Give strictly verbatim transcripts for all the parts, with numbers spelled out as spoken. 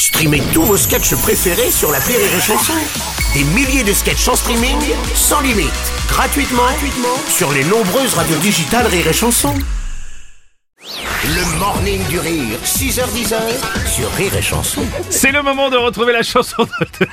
Streamez tous vos sketchs préférés sur l'appli Rire et Chanson. Des milliers de sketchs en streaming, sans limite, gratuitement, gratuitement sur les nombreuses radios digitales Rire et Chanson. Le morning du rire, six heures dix sur Rire et Chanson. C'est le moment de retrouver la chanson de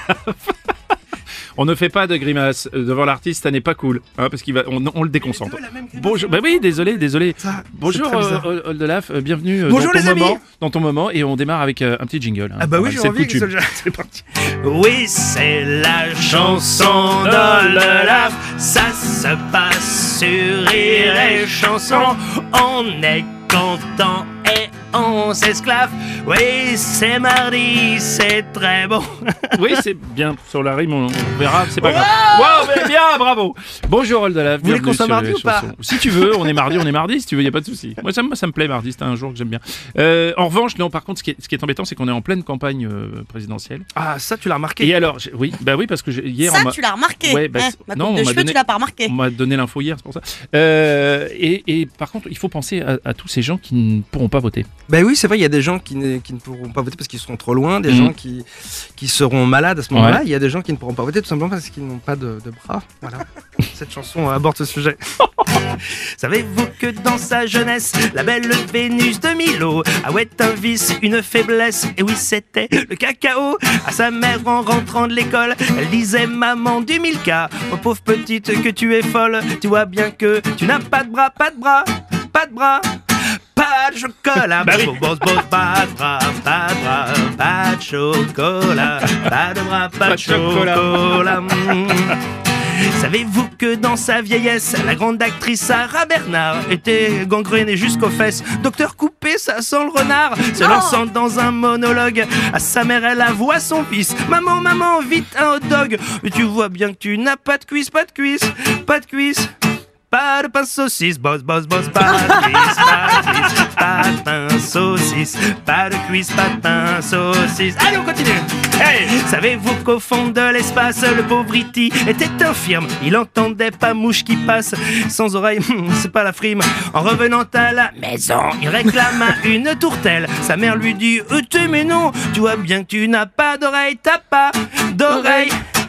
On ne fait pas de grimace devant l'artiste, ça n'est pas cool, hein, parce qu'il va, on, on le déconcentre. Bonjour, bah oui, désolé, désolé. Ça, Bonjour, euh, Oldelaf, euh, bienvenue euh, Bonjour dans ton les amis. moment, dans ton moment, et on démarre avec euh, un petit jingle. Hein. Ah bah oui, Voilà, j'ai envie que coutume. ça... C'est parti. Oui, c'est la chanson d'Oldelaf. Ça se passe sur Rire et Chanson. On est content et on s'esclave. Oui, c'est mardi, c'est très bon. Oui, c'est bien sur la rime, on, on verra, c'est pas grave. Wow, mais bien, bravo. Bonjour Oldelaf. Vous voulez bienvenue qu'on soit sur mardi les ou pas chansons. Si tu veux, on est mardi, on est mardi, si tu veux, y a pas de souci. Moi ça, moi, ça me plaît mardi, c'est un jour que j'aime bien. Euh, en revanche, non, par contre, ce qui est, ce qui est embêtant, c'est qu'on est en pleine campagne euh, présidentielle. Ah, ça tu l'as remarqué. Et alors, j'ai- oui, bah oui, parce que j'ai- hier, on Ça, m'a- tu l'as remarqué. Ouais, bah, hein, c'est- ma non, coupe on de m'a cheveux, donné- tu l'as pas remarqué. On m'a donné l'info hier, c'est pour ça. Euh, et, et par contre, il faut penser à, à tous ces gens qui ne pourront pas voter. Ben oui, c'est vrai, il y a des gens qui ne, qui ne pourront pas voter parce qu'ils seront trop loin, des Mhm. gens qui, qui seront malades à ce moment-là, Ouais. il y a des gens qui ne pourront pas voter tout simplement parce qu'ils n'ont pas de, de bras. Voilà. Cette chanson aborde ce sujet. Savez-vous que dans sa jeunesse, la belle Vénus de Milo avait un vice, une faiblesse, et oui c'était le cacao. À sa mère en rentrant de l'école, elle disait maman du Milka, oh pauvre petite que tu es folle, tu vois bien que tu n'as pas de bras, pas de bras, pas de bras. Pas de chocolat, Bah oui. boss, boss, pas de bras, pas de bras, pas de chocolat, pas de bras, pas, Pas de de chocolat. chocolat. Mm. Savez-vous que dans sa vieillesse, la grande actrice Sarah Bernard était gangrenée jusqu'aux fesses. Docteur Coupé, ça sent le renard. Se lançant dans un monologue, à sa mère elle avoue à son fils: maman, maman, vite un hot dog. Mais tu vois bien que tu n'as pas de cuisse, pas de cuisse, pas de cuisse. Pas de pain saucisse, boss, boss, boss, pas de cuisse, pas de cuisse, pas de pain saucisse, pas de cuisse, pas de pain saucisse. Allez, on continue. Hey, savez-vous qu'au fond de l'espace, le pauvre E T était infirme. Il entendait pas mouche qui passe, sans oreille, c'est pas la frime. En revenant à la maison, il réclama une tourtelle. Sa mère lui dit: euh, t'es mais non, tu vois bien que tu n'as pas d'oreille, t'as pas d'oreille.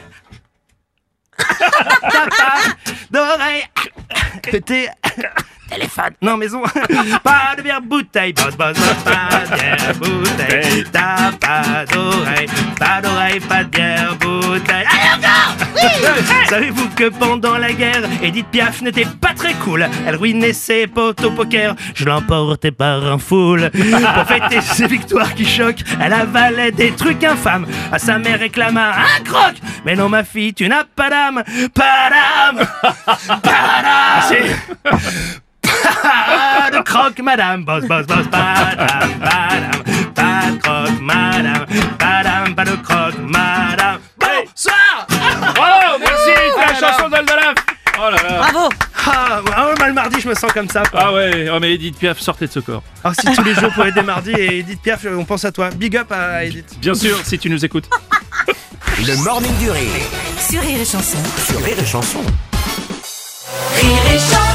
T'as pas d'oreille. T'es téléphone. Non, maison. Pas de bière bouteille. Boss, boss, boss. Pas de bière bouteille. T'as pas d'oreille. Pas d'oreille, pas de bière bouteille. Allez, encore. Oui. Savez-vous que pendant la guerre, Edith Piaf n'était pas très cool. Elle ruinait ses potes au poker. Je l'emportais par un foule. Pour fêter ses victoires qui choquent, elle avalait des trucs infâmes. À sa mère réclama un croc. Mais non, ma fille, tu n'as pas d'âme. Pas d'âme. Pas d'âme. Pas de croque, madame. Boss, boss, boss. Pas d'âme, pas d'âme. Pas de croque, madame. Pas d'âme, pas de croque, madame. Bonsoir. Oh, merci, c'est la chanson d'Oldelaf. Oh là là. Bravo. Ah, ah, le mardi, je me sens comme ça. quoi. Ah ouais, oh mais Edith Piaf, sortez de ce corps. Ah, si tous les jours pour être des mardis et Edith Piaf, on pense à toi. Big up à Edith. Bien sûr, si tu nous écoutes. Le morning du rire Sur Rire et Chanson. sur Rire et Chanson. Rire et Chanson.